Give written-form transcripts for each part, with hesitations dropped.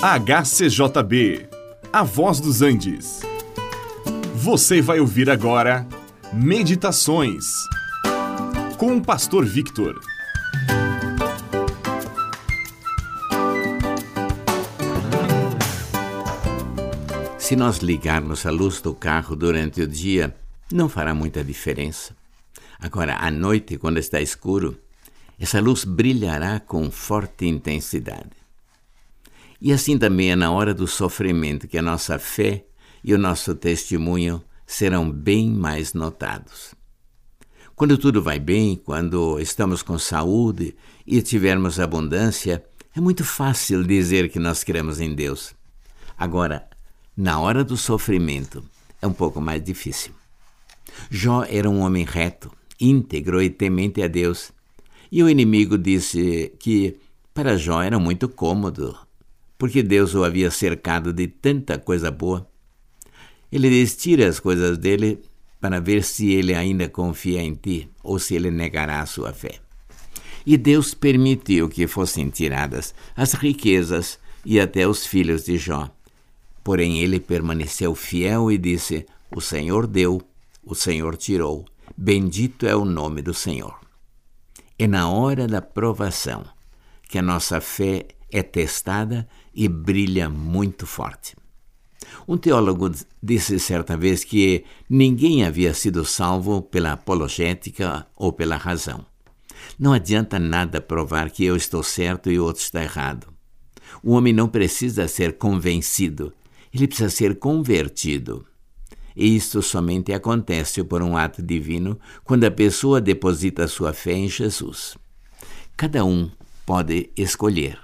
HCJB, A Voz dos Andes. Você vai ouvir agora Meditações com o Pastor Victor. Se nós ligarmos a luz do carro durante o dia, não fará muita diferença. Agora, à noite, quando está escuro, essa luz brilhará com forte intensidade. E assim também é na hora do sofrimento que a nossa fé e o nosso testemunho serão bem mais notados. Quando tudo vai bem, quando estamos com saúde e tivermos abundância, é muito fácil dizer que nós cremos em Deus. Agora, na hora do sofrimento, é um pouco mais difícil. Jó era um homem reto, íntegro e temente a Deus. E o inimigo disse que para Jó era muito cômodo, porque Deus o havia cercado de tanta coisa boa. Ele diz: tira as coisas dele para ver se ele ainda confia em ti ou se ele negará a sua fé. E Deus permitiu que fossem tiradas as riquezas e até os filhos de Jó. Porém ele permaneceu fiel e disse: o Senhor deu, o Senhor tirou, bendito é o nome do Senhor. É na hora da provação que a nossa fé é testada e brilha muito forte. Um teólogo disse certa vez que ninguém havia sido salvo pela apologética ou pela razão. Não adianta nada provar que eu estou certo e o outro está errado. O homem não precisa ser convencido, ele precisa ser convertido. E isto somente acontece por um ato divino quando a pessoa deposita sua fé em Jesus. Cada um pode escolher.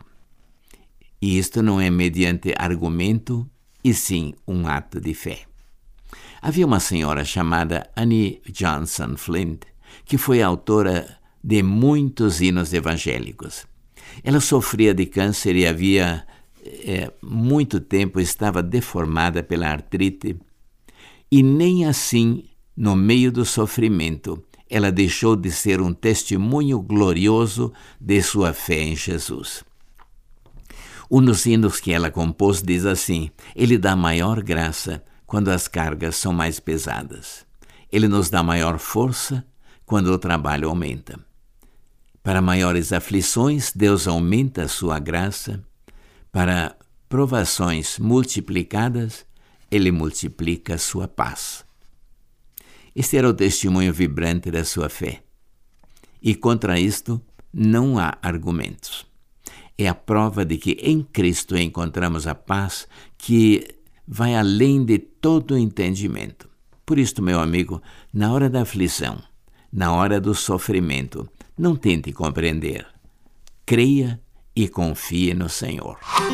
E isto não é mediante argumento, e sim um ato de fé. Havia uma senhora chamada Annie Johnson Flint, que foi autora de muitos hinos evangélicos. Ela sofria de câncer e havia muito tempo estava deformada pela artrite. E nem assim, no meio do sofrimento, ela deixou de ser um testemunho glorioso de sua fé em Jesus. Um dos hinos que ela compôs diz assim: Ele dá maior graça quando as cargas são mais pesadas. Ele nos dá maior força quando o trabalho aumenta. Para maiores aflições, Deus aumenta a sua graça. Para provações multiplicadas, Ele multiplica a sua paz. Este era o testemunho vibrante da sua fé. E contra isto não há argumentos. É a prova de que em Cristo encontramos a paz que vai além de todo entendimento. Por isto, meu amigo, na hora da aflição, na hora do sofrimento, não tente compreender. Creia e confie no Senhor.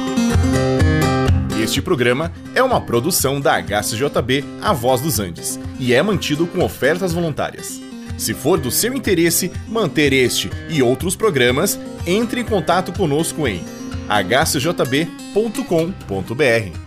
Este programa é uma produção da HCJB, A Voz dos Andes, e é mantido com ofertas voluntárias. Se for do seu interesse manter este e outros programas, entre em contato conosco em hcjb.com.br.